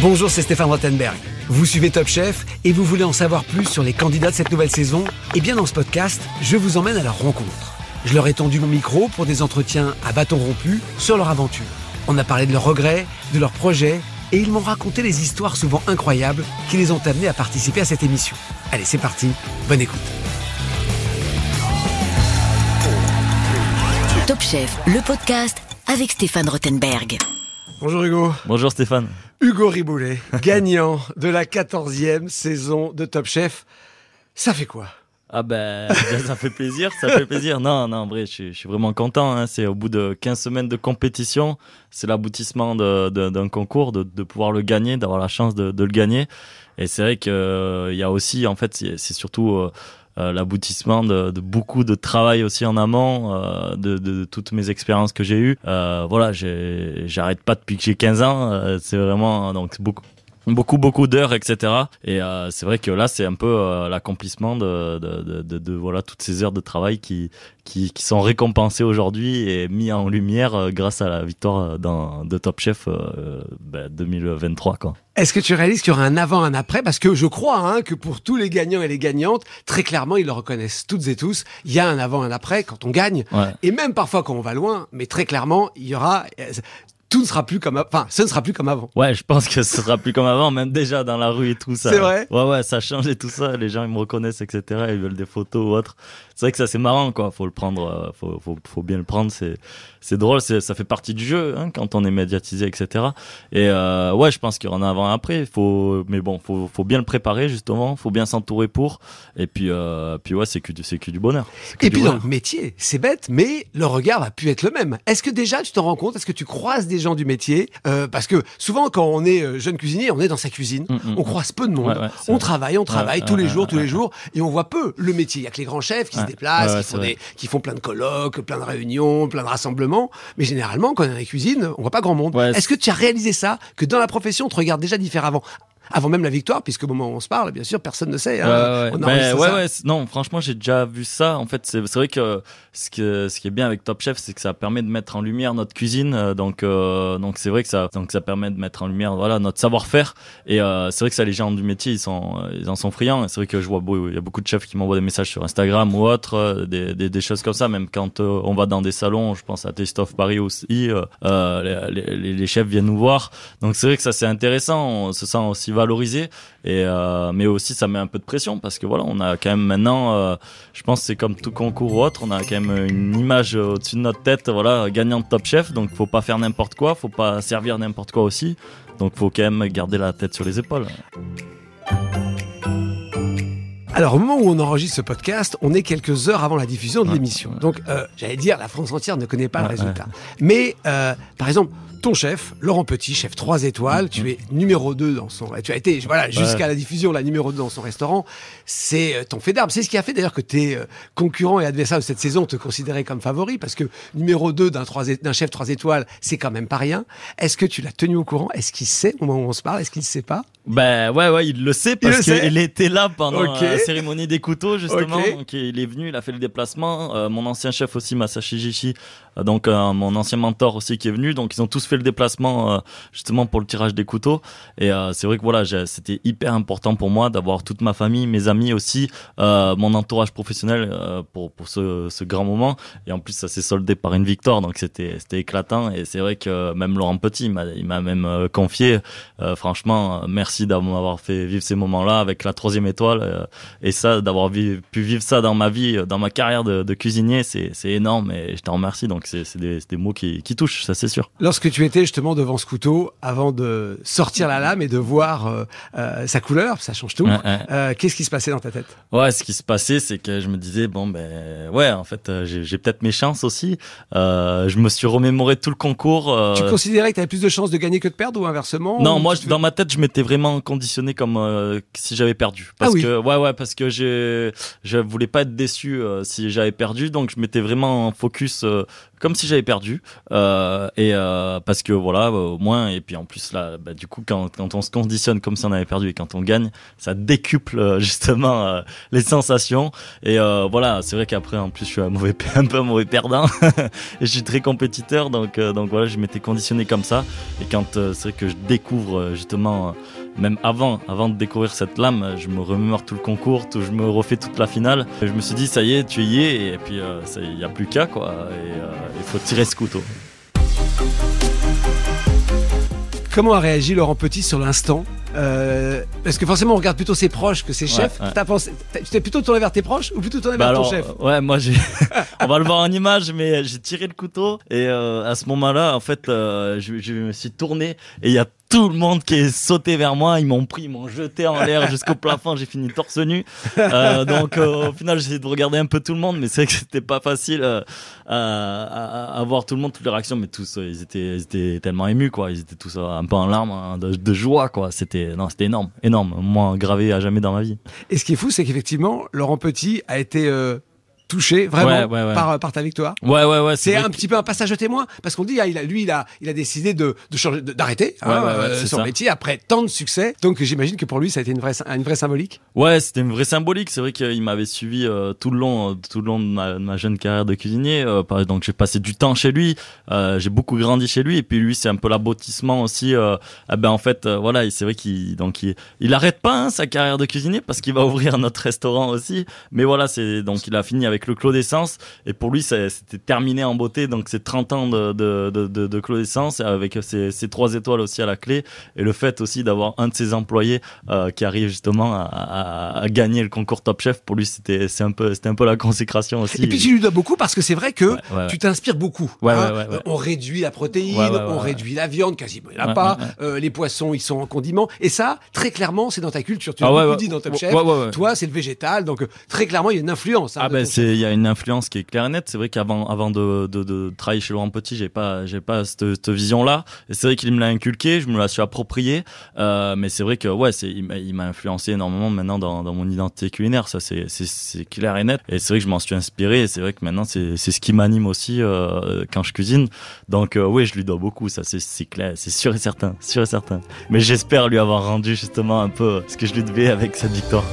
Bonjour, c'est Stéphane Rothenberg. Vous suivez Top Chef et vous voulez en savoir plus sur les candidats de cette nouvelle saison? Eh bien, dans ce podcast, je vous emmène à leur rencontre. Je leur ai tendu mon micro pour des entretiens à bâton rompu sur leur aventure. On a parlé de leurs regrets, de leurs projets et ils m'ont raconté des histoires souvent incroyables qui les ont amenés à participer à cette émission. Allez, c'est parti, bonne écoute. Top Chef, le podcast avec Stéphane Rothenberg. Bonjour Hugo. Bonjour Stéphane. Hugo Riboulet, gagnant de la 14e saison de Top Chef. Ça fait quoi? Ah ben, ça fait plaisir, ça fait plaisir. Non, en vrai, je suis vraiment content. Hein. C'est au bout de 15 semaines de compétition, c'est l'aboutissement d'un concours, de pouvoir le gagner, d'avoir la chance de le gagner. Et c'est vrai qu'il y a aussi, en fait, c'est surtout l'aboutissement de beaucoup de travail aussi en amont, de toutes mes expériences que j'ai eues. Voilà, j'arrête pas depuis que j'ai 15 ans. C'est vraiment donc beaucoup d'heures, etc. Et c'est vrai que là, c'est un peu l'accomplissement de voilà toutes ces heures de travail qui sont récompensées aujourd'hui et mis en lumière grâce à la victoire de Top Chef 2023, quoi. Est-ce que tu réalises qu'il y aura un avant, un après? Parce que je crois que pour tous les gagnants et les gagnantes, très clairement, ils le reconnaissent toutes et tous. Il y a un avant, un après quand on gagne. Ouais. Et même parfois quand on va loin. Mais très clairement, il y aura... Tout ne sera plus comme ce ne sera plus comme avant. Ouais, je pense que ce sera plus comme avant, même déjà dans la rue et tout ça. C'est vrai? Ouais, ça change et tout ça. Les gens, ils me reconnaissent, etc. Ils veulent des photos ou autre. C'est vrai que ça, c'est marrant, quoi. Faut le prendre, faut bien le prendre. C'est drôle, ça fait partie du jeu, hein, quand on est médiatisé, etc. Et ouais, je pense qu'il y aura un avant et après. Mais bon, faut bien le préparer, justement. Faut bien s'entourer pour. Et puis ouais, c'est que du bonheur. Et puis dans le métier, c'est bête, mais le regard va plus être le même. Est-ce que déjà, tu t'en rends compte? Est-ce que tu croises des gens du métier? Parce que souvent, quand on est jeune cuisinier, on est dans sa cuisine. On croise peu de monde. Ouais, on travaille tous les jours, et on voit peu le métier. Il y a que les grands chefs qui se déplacent, qui font plein de colloques, plein de réunions, plein de rassemblements. Mais généralement, quand on est dans la cuisine, on voit pas grand monde. Ouais, est-ce que tu as réalisé ça, que dans la profession, on te regarde déjà différemment? Avant même la victoire, puisque au moment où on se parle, bien sûr, personne ne sait. Non, franchement, j'ai déjà vu ça. En fait, c'est vrai que ce qui est bien avec Top Chef, c'est que ça permet de mettre en lumière notre cuisine. Donc c'est vrai que ça permet de mettre en lumière, voilà, notre savoir-faire. Et c'est vrai que ça, les gens du métier, ils en sont friands. Et c'est vrai que je vois, il y a beaucoup de chefs qui m'envoient des messages sur Instagram ou autre, des choses comme ça. Même quand on va dans des salons, je pense à Taste of Paris aussi, les chefs viennent nous voir. Donc c'est vrai que ça, c'est intéressant. On se sent aussi valorisé, et mais aussi ça met un peu de pression parce que voilà, on a quand même maintenant, je pense que c'est comme tout concours ou autre, on a quand même une image au-dessus de notre tête, voilà, gagnant de Top Chef, donc faut pas faire n'importe quoi, faut pas servir n'importe quoi aussi, donc faut quand même garder la tête sur les épaules. Alors, au moment où on enregistre ce podcast, on est quelques heures avant la diffusion de l'émission. Donc, j'allais dire, la France entière ne connaît pas le résultat. Mais, par exemple, ton chef, Laurent Petit, chef 3 étoiles, tu es numéro 2 dans son... Tu as été, voilà, jusqu'à la diffusion, la numéro 2 dans son restaurant. C'est ton fait d'armes. C'est ce qui a fait d'ailleurs que tes concurrents et adversaires de cette saison te considéraient comme favori, parce que numéro 2 d'un chef 3 étoiles, c'est quand même pas rien. Est-ce que tu l'as tenu au courant? Est-ce qu'il sait au moment où on se parle? Est-ce qu'il ne sait pas? Ouais, il le sait parce qu'il était là pendant la cérémonie des couteaux, justement. Donc, il est venu, il a fait le déplacement. Mon ancien chef aussi, Masashi Jishi, donc mon ancien mentor aussi qui est venu. Donc, ils ont tous fait le déplacement justement pour le tirage des couteaux. Et c'est vrai que voilà, c'était hyper important pour moi d'avoir toute ma famille, mes amis aussi, mon entourage professionnel pour ce grand moment. Et en plus, ça s'est soldé par une victoire, donc c'était éclatant. Et c'est vrai que même Laurent Petit, il m'a même confié, franchement, merci d'avoir fait vivre ces moments-là avec la 3e étoile, et ça, d'avoir pu vivre ça dans ma vie, dans ma carrière de cuisinier, c'est énorme, et je t'en remercie. Donc c'est des mots qui touchent, ça c'est sûr. Lorsque tu étais justement devant ce couteau, avant de sortir la lame et de voir sa couleur, ça change tout, qu'est-ce qui se passait dans ta tête? Ouais, ce qui se passait, c'est que je me disais, en fait, j'ai peut-être mes chances aussi. Je me suis remémoré tout le concours. Tu considérais que tu avais plus de chances de gagner que de perdre, ou inversement? Non, moi, dans ma tête, je m'étais vraiment conditionné comme si j'avais perdu. Parce parce que je voulais pas être déçu si j'avais perdu, donc je m'étais vraiment en focus comme si j'avais perdu parce que voilà au moins, et puis en plus là du coup quand on se conditionne comme si on avait perdu et quand on gagne, ça décuple justement les sensations, et voilà, c'est vrai qu'après en plus je suis un peu un mauvais perdant et je suis très compétiteur, donc voilà, je m'étais conditionné comme ça, et quand c'est vrai que je découvre justement même avant de découvrir cette lame, je me remémore tout le concours, je me refais toute la finale. Je me suis dit, ça y est, tu y es, et puis il n'y a plus qu'à, quoi. Et il faut tirer ce couteau. Comment a réagi Laurent Petit sur l'instant ? Parce que forcément on regarde plutôt ses proches que ses chefs. Tu t'es plutôt tourné vers tes proches ou plutôt tourné vers ton chef ? Ouais, moi on va le voir en image, mais j'ai tiré le couteau, et à ce moment-là, en fait, je me suis tourné, et il y a tout le monde qui est sauté vers moi, ils m'ont jeté en l'air jusqu'au plafond, j'ai fini torse nu. Donc au final, j'ai essayé de regarder un peu tout le monde, mais c'est vrai que c'était pas facile à voir tout le monde, toutes les réactions, mais tous ils étaient tellement émus, quoi. Ils étaient tous un peu en larmes, hein, de joie, quoi. C'était énorme, moi gravé à jamais dans ma vie. Et ce qui est fou, c'est qu'effectivement, Laurent Petit a été touché vraiment par ta victoire. Ouais. C'est un petit peu un passage de témoin, parce qu'on dit il a décidé de changer, d'arrêter son métier après tant de succès. Donc j'imagine que pour lui ça a été une vraie symbolique. Ouais, c'était une vraie symbolique. C'est vrai qu'il m'avait suivi tout le long de ma jeune carrière de cuisinier. Donc j'ai passé du temps chez lui, j'ai beaucoup grandi chez lui, et puis lui c'est un peu l'aboutissement aussi. En fait voilà, c'est vrai qu'il arrête pas sa carrière de cuisinier, parce qu'il va ouvrir notre restaurant aussi. Mais voilà, donc il a fini avec le Clos d'Essence, et pour lui c'était terminé en beauté, donc c'est 30 ans de Clos d'Essence, avec ses 3 étoiles aussi à la clé, et le fait aussi d'avoir un de ses employés qui arrive justement à gagner le concours Top Chef, pour lui c'était un peu la consécration aussi. Et puis tu lui dois beaucoup, parce que c'est vrai que tu t'inspires beaucoup. On réduit la protéine, on réduit la viande, quasiment il n'y en a pas, les poissons ils sont en condiment, et ça très clairement c'est dans ta culture, tu l'as beaucoup dit dans Top Chef. Toi c'est le végétal, donc très clairement il y a une influence. Il y a une influence qui est claire et nette. C'est vrai qu'avant de travailler chez Laurent Petit, j'ai pas cette vision-là. Et c'est vrai qu'il me l'a inculqué, je me la suis appropriée. Mais c'est vrai que il m'a influencé énormément maintenant dans mon identité culinaire. Ça c'est clair et net. Et c'est vrai que je m'en suis inspiré. Et c'est vrai que maintenant c'est ce qui m'anime aussi quand je cuisine. Donc je lui dois beaucoup. Ça c'est clair, c'est sûr et certain. Mais j'espère lui avoir rendu justement un peu ce que je lui devais avec cette victoire.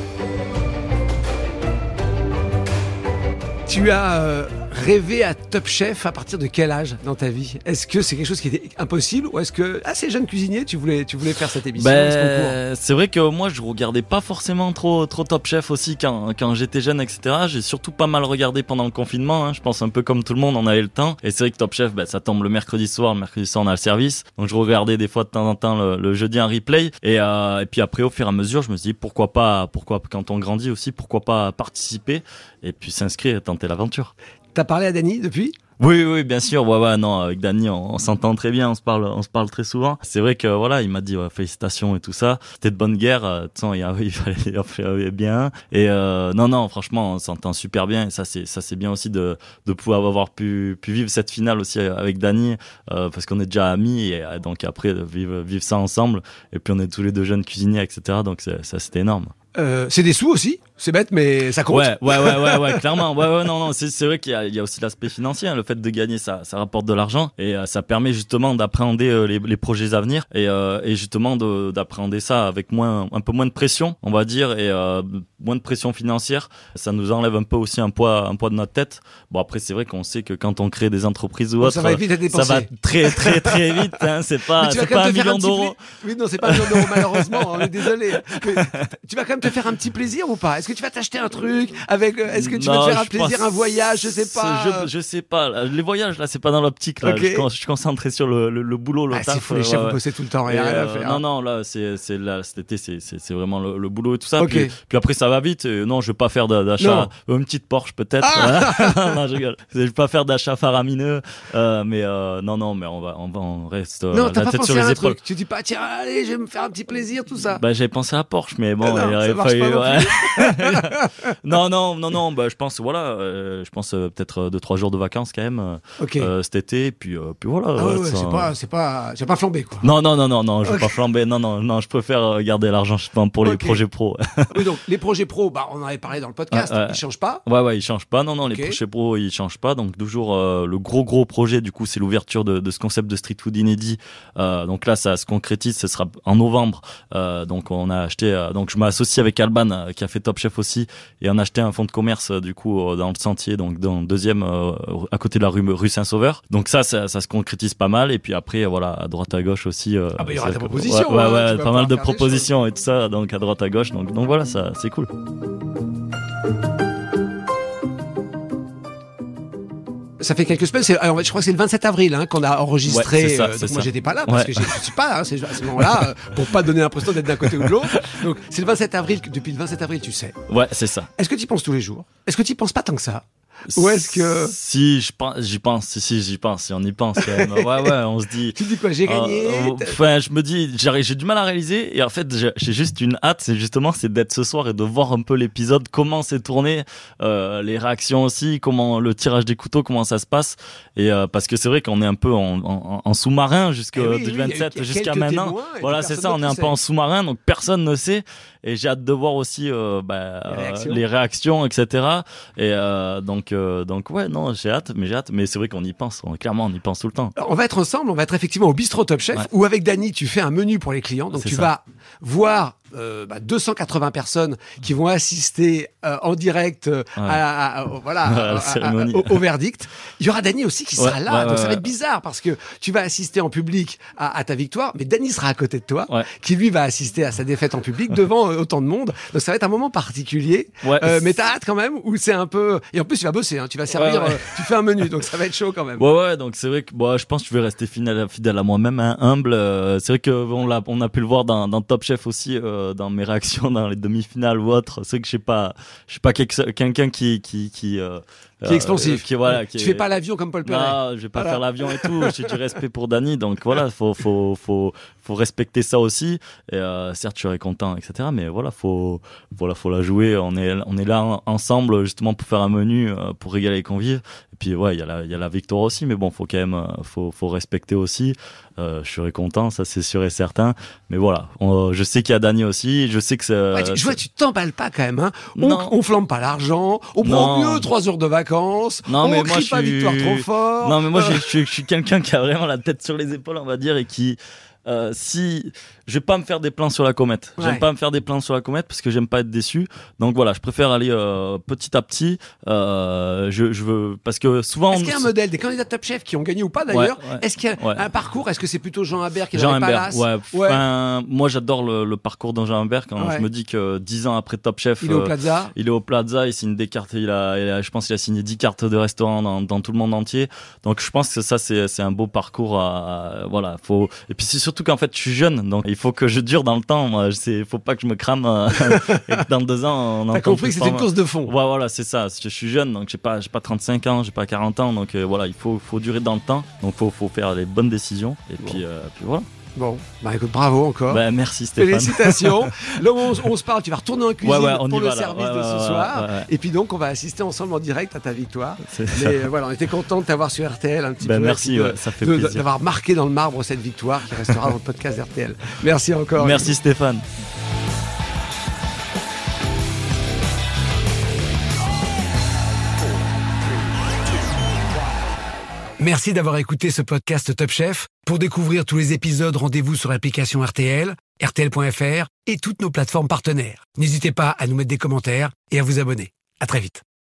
Tu as rêvé à Top Chef à partir de quel âge dans ta vie ? Est-ce que c'est quelque chose qui était impossible, ou est-ce que assez jeune cuisinier tu voulais faire cette émission, ce concours ? C'est vrai que moi je regardais pas forcément trop Top Chef aussi quand j'étais jeune, etc. J'ai surtout pas mal regardé pendant le confinement, hein. Je pense un peu comme tout le monde, on avait le temps, et c'est vrai que Top Chef ça tombe le mercredi soir on a le service, donc je regardais des fois de temps en temps le jeudi en replay, et puis après au fur et à mesure je me suis dit pourquoi quand on grandit aussi, pourquoi pas participer et puis s'inscrire et tenter l'aventure. T'as parlé à Dany depuis ? Oui, bien sûr. Non, avec Dany, on s'entend très bien, on se parle très souvent. C'est vrai que voilà, il m'a dit félicitations et tout ça. C'était de bonne guerre. Il fallait bien. Et non, franchement, on s'entend super bien. Et ça c'est bien aussi de pouvoir avoir pu vivre cette finale aussi avec Dany, parce qu'on est déjà amis, et donc après vivre ça ensemble. Et puis on est tous les deux jeunes cuisiniers, etc. Donc ça c'était énorme. C'est des sous aussi, c'est bête, mais ça compte. Ouais, clairement. Non, c'est vrai qu'il y a aussi l'aspect financier, hein. Le fait de gagner, ça rapporte de l'argent, et ça permet justement d'appréhender les projets à venir, et justement d'appréhender ça avec un peu moins de pression, on va dire, et moins de pression financière. Ça nous enlève un peu aussi un poids de notre tête. Bon, après c'est vrai qu'on sait que quand on crée des entreprises ou autre, ça va vite à dépenser. Ça va très très très vite, hein. C'est pas 1 million d'euros. Oui, non, c'est pas 1 million d'euros malheureusement, on est désolé. Mais tu vas quand même te faire un petit plaisir ou pas ? Est-ce que tu vas t'acheter un truc avec est-ce que tu vas te faire un plaisir, un voyage, je sais pas. Je sais pas. Les voyages là, c'est pas dans l'optique là. Okay. Je suis concentré sur le boulot, le taf. C'est fou, les chefs, vous bossez tout le temps, rien à faire. Non, là cet été c'est vraiment le boulot et tout ça. Okay. Puis après ça va vite. Non, je vais pas faire d'achat. Une petite Porsche peut-être. Non, je rigole. Je vais pas faire d'achat faramineux. Mais non, mais on reste la tête sur les épaules. Truc. Tu dis pas tiens allez, je vais me faire un petit plaisir, tout ça. J'avais pensé à Porsche, mais bon, il aurait fallu. Non, bah, je pense, voilà, peut-être 2-3 jours de vacances quand même, cet été, puis voilà. Ah ouais, c'est pas flambé, quoi. Non, je veux pas flamber, non, je préfère garder l'argent, je pense, pour les projets pro. Oui, donc, les projets pro, bah, on en avait parlé dans le podcast, ils changent pas? Ouais, ils changent pas, non, les projets pro, ils changent pas, donc toujours, le gros projet, du coup, c'est l'ouverture de ce concept de street food inédit, donc là, ça se concrétise, ce sera en novembre, donc on a acheté, donc je m'associe avec Alban, qui a fait Top Chef aussi, et on a acheté un fonds de commerce, du coup, dans le Sentier, donc dans le deuxième, à côté de la rue Saint-Sauveur. Donc ça se concrétise pas mal, et puis après, voilà, à droite à gauche aussi. Il y aura des propositions. Ouais, pas mal de propositions et tout ça, donc à droite à gauche, donc voilà, ça, c'est cool. Ça fait quelques semaines, en fait, je crois que c'est le 27 avril qu'on a enregistré. C'est ça, donc moi, j'étais pas là parce que je suis pas là à ce moment-là, pour pas donner l'impression d'être d'un côté ou de l'autre. Donc c'est le 27 avril, depuis le 27 avril, tu sais. Ouais, c'est ça. Est-ce que tu y penses tous les jours? Est-ce que tu y penses pas tant que ça? Ou est-ce que... Si, j'y pense, si on y pense quand même. Ouais, on se dit... Tu dis quoi, j'ai gagné? Enfin, je me dis, j'ai du mal à réaliser, et en fait, j'ai juste une hâte, c'est d'être ce soir et de voir un peu l'épisode, comment c'est tourné, les réactions aussi, comment le tirage des couteaux, comment ça se passe, et parce que c'est vrai qu'on est un peu en sous-marin du 27 jusqu'à maintenant. Voilà, c'est ça, on est un peu en sous-marin, donc personne ne sait, et j'ai hâte de voir aussi les réactions, etc. Et donc ouais, non, j'ai hâte, mais c'est vrai qu'on y pense, clairement on y pense tout le temps. Alors, on va être ensemble, on va être effectivement au bistrot Top Chef, où avec Dany tu fais un menu pour les clients, donc tu vas voir 280 personnes qui vont assister en direct au verdict. Il y aura Dany aussi qui sera là, donc ça va être bizarre parce que tu vas assister en public à ta victoire, mais Dany sera à côté de toi, qui lui va assister à sa défaite en public devant autant de monde. Donc ça va être un moment particulier, mais t'as hâte quand même, où c'est un peu... Et en plus tu vas bosser, tu vas servir, tu fais un menu, donc ça va être chaud quand même. Ouais, donc c'est vrai que je pense que je vais rester fidèle à moi-même, humble. C'est vrai qu'on a pu le voir dans Top Chef aussi, dans mes réactions dans les demi-finales ou autres. C'est que je suis pas quelqu'un qui est expansif. Tu fais pas l'avion comme Paul Perret. Non, je vais pas faire l'avion et tout. J'ai du respect pour Dany, donc voilà, faut respecter ça aussi. Et certes, je serais content, etc. Mais voilà, faut la jouer. On est là ensemble justement pour faire un menu, pour régaler les convives. Et puis il y a la victoire aussi, mais bon, faut quand même, faut respecter aussi. Je serais content, ça c'est sûr et certain. Mais voilà, je sais qu'il y a Dany aussi. Je sais que c'est. Je vois, tu t'emballes pas quand même. On flambe pas l'argent. On prend mieux 3 heures de vacances. Non, mais moi, crie pas victoire trop fort. Non, mais moi, je suis quelqu'un qui a vraiment la tête sur les épaules, on va dire, et qui, si je vais pas me faire des plans sur la comète. J'aime pas me faire des plans sur la comète parce que j'aime pas être déçu. Donc voilà, je préfère aller petit à petit. Je veux, parce que souvent. Est-ce qu'il y a un modèle des candidats Top Chef qui ont gagné ou pas d'ailleurs? Est-ce qu'il y a un parcours? Est-ce que c'est plutôt Jean Humbert qui est dans les palaces? Enfin, moi j'adore le parcours de Jean Humbert quand je me dis que 10 ans après Top Chef, il est au Plaza. Il signe des cartes. Je pense qu'il a signé 10 cartes de restaurant dans tout le monde entier. Donc je pense que ça c'est un beau parcours. Voilà, faut. Et puis c'est surtout qu'en fait je suis jeune, donc il faut que je dure dans le temps. Moi, faut pas que je me crame. Et que dans 2 ans, on. T'as compris que c'était une course de fond. Ouais, voilà, c'est ça. Je suis jeune, donc j'ai pas 35 ans, j'ai pas 40 ans, donc voilà, il faut durer dans le temps. Donc faut faire les bonnes décisions. Et puis voilà. Bon, écoute, bravo encore. Merci Stéphane. Félicitations. Là, on se parle, tu vas retourner en cuisine pour le service de ce soir. Ouais. Et puis donc, on va assister ensemble en direct à ta victoire. Mais voilà, on était content de t'avoir sur RTL un petit peu. Merci, ça fait plaisir. D'avoir marqué dans le marbre cette victoire qui restera dans le podcast RTL. Merci encore. Merci Stéphane. Merci d'avoir écouté ce podcast Top Chef. Pour découvrir tous les épisodes, rendez-vous sur l'application RTL, RTL.fr et toutes nos plateformes partenaires. N'hésitez pas à nous mettre des commentaires et à vous abonner. À très vite.